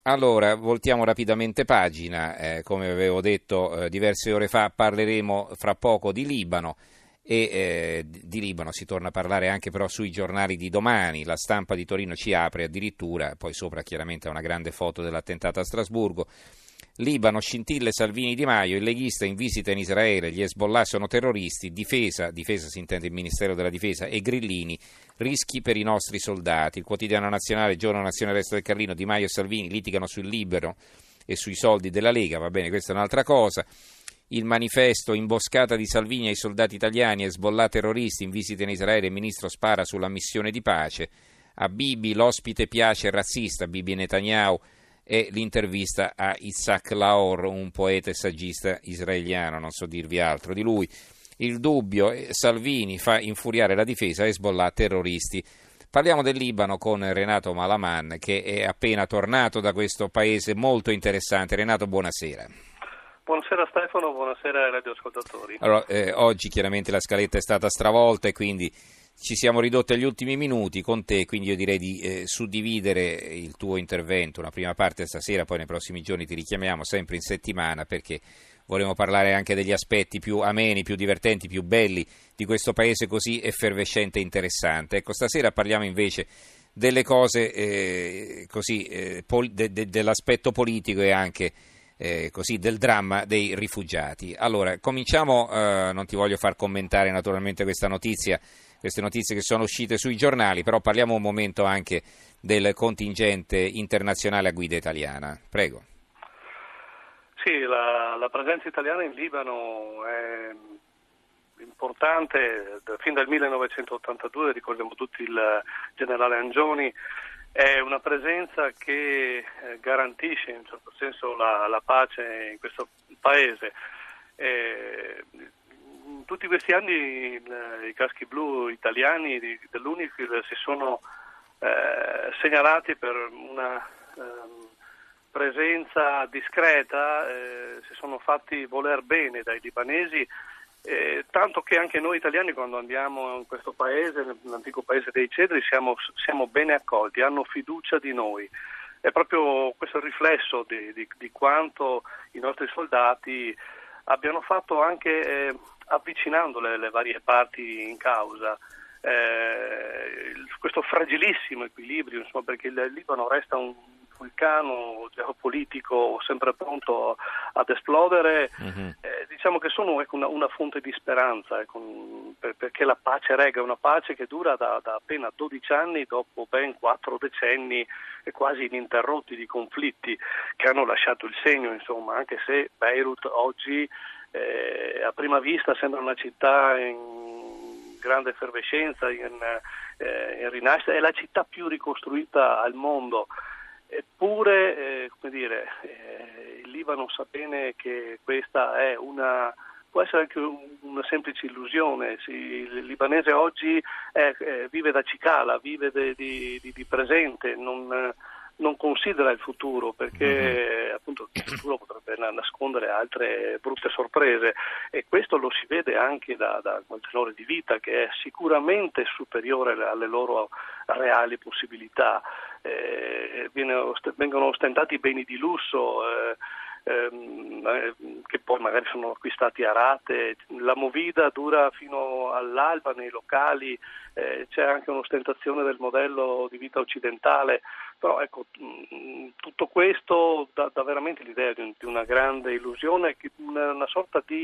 Allora, voltiamo rapidamente pagina, come avevo detto diverse ore fa, parleremo fra poco di Libano e di Libano si torna a parlare anche però sui giornali di domani. La Stampa di Torino ci apre addirittura, poi sopra chiaramente una grande foto dell'attentato a Strasburgo. Libano, scintille Salvini Di Maio, il leghista in visita in Israele, gli Hezbollah sono terroristi, difesa si intende il Ministero della Difesa, e grillini, rischi per i nostri soldati. Il quotidiano nazionale, Giorno Nazione Resto del Carlino, Di Maio e Salvini litigano sul Libano e sui soldi della Lega, va bene, questa è un'altra cosa. Il Manifesto, imboscata di Salvini ai soldati italiani, Hezbollah terroristi, in visita in Israele, il ministro spara sulla missione di pace. A Bibi l'ospite piace razzista, Bibi Netanyahu, e l'intervista a Itzhak Laor, un poeta e saggista israeliano, non so dirvi altro di lui. Il dubbio, Salvini fa infuriare la difesa, Hezbollah terroristi. Parliamo del Libano con Renato Malaman, che è appena tornato da questo paese molto interessante. Renato, buonasera. Buonasera Stefano, buonasera ai radioascoltatori. Allora, oggi chiaramente la scaletta è stata stravolta e quindi ci siamo ridotti agli ultimi minuti con te, quindi io direi di suddividere il tuo intervento, una prima parte stasera, poi nei prossimi giorni ti richiamiamo sempre in settimana perché vorremmo parlare anche degli aspetti più ameni, più divertenti, più belli di questo paese così effervescente e interessante. Ecco, stasera parliamo invece delle cose dell'aspetto politico e anche così del dramma dei rifugiati. Allora, cominciamo, non ti voglio far commentare naturalmente queste notizie che sono uscite sui giornali, però parliamo un momento anche del contingente internazionale a guida italiana. Prego. Sì, la presenza italiana in Libano è importante, fin dal 1982, ricordiamo tutti il generale Angioni. È una presenza che garantisce in un certo senso la pace in questo paese. In tutti questi anni i caschi blu italiani dell'UNIFIL si sono segnalati per una presenza discreta, si sono fatti voler bene dai libanesi, tanto che anche noi italiani quando andiamo in questo paese, nell'antico paese dei cedri, siamo bene accolti, hanno fiducia di noi. È proprio questo il riflesso di quanto i nostri soldati abbiano fatto anche avvicinando le varie parti in causa. Questo fragilissimo equilibrio, insomma, perché il Libano resta un vulcano geopolitico sempre pronto ad esplodere. Diciamo che sono una fonte di speranza, perché la pace regga, una pace che dura da appena 12 anni dopo ben 4 decenni quasi ininterrotti di conflitti che hanno lasciato il segno, insomma, anche se Beirut oggi a prima vista sembra una città in grande effervescenza, in rinascita, è la città più ricostruita al mondo. Eppure, il Libano sa bene che questa è può essere anche una semplice illusione. Il libanese oggi vive da cicala, vive di presente, non considera il futuro perché appunto il futuro potrebbe nascondere altre brutte sorprese, e questo lo si vede anche da quel tenore di vita che è sicuramente superiore alle loro reali possibilità. Vengono ostentati beni di lusso che poi magari sono acquistati a rate, la movida dura fino all'alba nei locali, c'è anche un'ostentazione del modello di vita occidentale, però ecco, tutto questo dà veramente l'idea di una grande illusione, una sorta di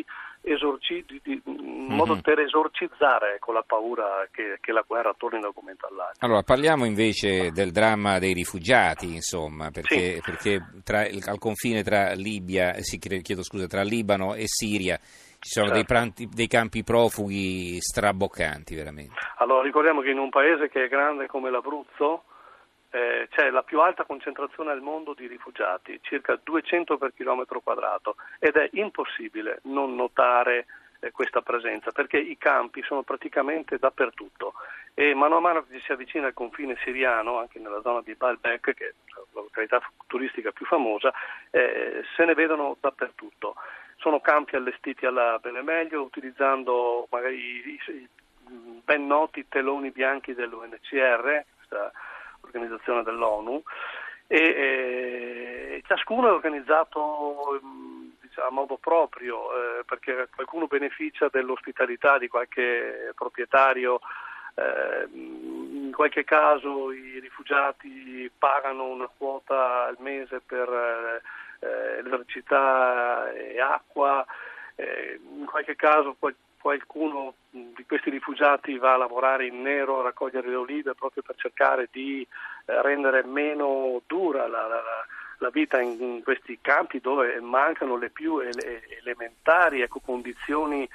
modo per esorcizzare la paura che la guerra torni da un momento all'altro. Allora, parliamo invece del dramma dei rifugiati, insomma, perché al confine tra tra Libano e Siria ci sono dei campi profughi straboccanti, veramente. Allora, ricordiamo che in un paese che è grande come l'Abruzzo c'è la più alta concentrazione al mondo di rifugiati, circa 200 per chilometro quadrato, ed è impossibile non notare questa presenza, perché i campi sono praticamente dappertutto e mano a mano che ci si avvicina al confine siriano, anche nella zona di Baalbek, che è la località turistica più famosa, se ne vedono dappertutto. Sono campi allestiti alla bene meglio, utilizzando magari i ben noti teloni bianchi dell'UNHCR, questa organizzazione dell'ONU, e ciascuno è organizzato a modo proprio, perché qualcuno beneficia dell'ospitalità di qualche proprietario, in qualche caso i rifugiati pagano una quota al mese per elettricità e acqua, in qualche caso qualcuno di questi rifugiati va a lavorare in nero a raccogliere le olive proprio per cercare di rendere meno dura la vita in questi campi dove mancano le più elementari condizioni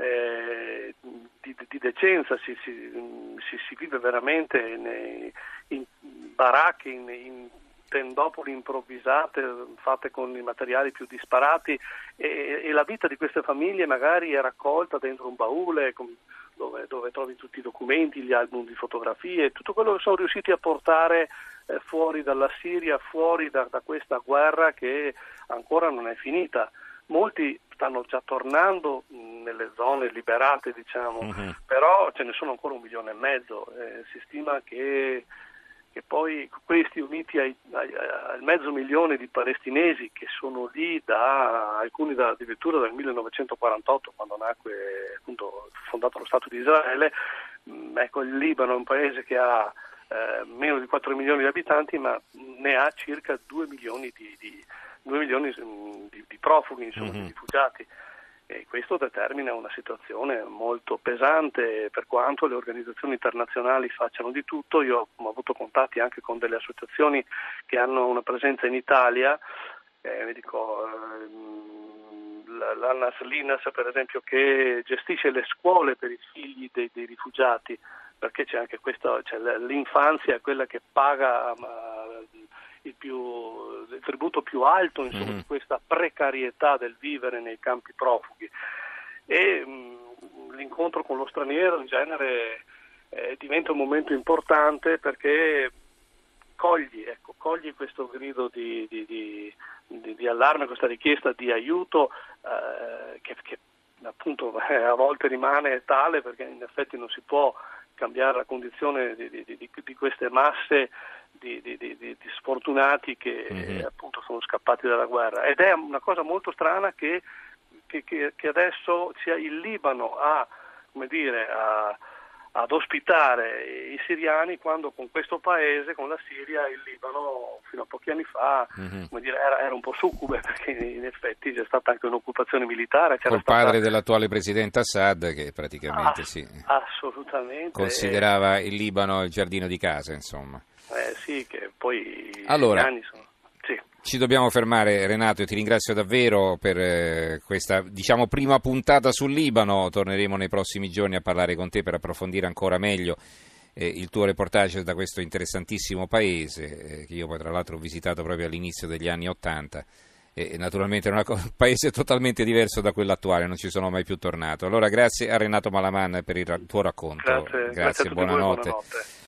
di decenza. Si vive veramente in baracche, in tendopoli improvvisate fatte con i materiali più disparati, e la vita di queste famiglie magari è raccolta dentro un baule dove trovi tutti i documenti, gli album di fotografie, tutto quello che sono riusciti a portare fuori dalla Siria, fuori da questa guerra che ancora non è finita. Molti stanno già tornando nelle zone liberate, diciamo, però ce ne sono ancora 1,5 milioni. Si stima che poi questi, uniti al 500.000 di palestinesi che sono lì alcuni addirittura dal 1948, quando nacque, appunto, fondato lo Stato di Israele. Ecco, il Libano è un paese che ha meno di 4 milioni di abitanti, ma ne ha circa 2 milioni di profughi, insomma, di rifugiati. E questo determina una situazione molto pesante, per quanto le organizzazioni internazionali facciano di tutto. Io ho avuto contatti anche con delle associazioni che hanno una presenza in Italia, l'ANAS Linas, per esempio, che gestisce le scuole per i figli dei rifugiati, perché c'è anche questo, l'infanzia è quella che paga il tributo più alto, insomma, di questa precarietà del vivere nei campi profughi. E l'incontro con lo straniero in genere diventa un momento importante, perché cogli questo grido di allarme, questa richiesta di aiuto che appunto a volte rimane tale, perché in effetti non si può cambiare la condizione di queste masse di sfortunati che appunto sono scappati dalla guerra. Ed è una cosa molto strana che adesso sia il Libano ad ospitare i siriani, quando con questo paese, con la Siria, il Libano fino a pochi anni fa era un po' succube, perché in effetti c'è stata anche un'occupazione militare. Col padre dell'attuale presidente Assad, che praticamente assolutamente considerava il Libano il giardino di casa, insomma. Sì, che poi allora, gli anni sono... Sì. Ci dobbiamo fermare, Renato, io ti ringrazio davvero per questa, diciamo, prima puntata sul Libano. Torneremo nei prossimi giorni a parlare con te per approfondire ancora meglio il tuo reportage da questo interessantissimo paese, che io poi tra l'altro ho visitato proprio all'inizio degli anni '80, e naturalmente è un paese totalmente diverso da quello attuale, non ci sono mai più tornato. Allora grazie a Renato Malaman per il tuo racconto. Grazie, buonanotte.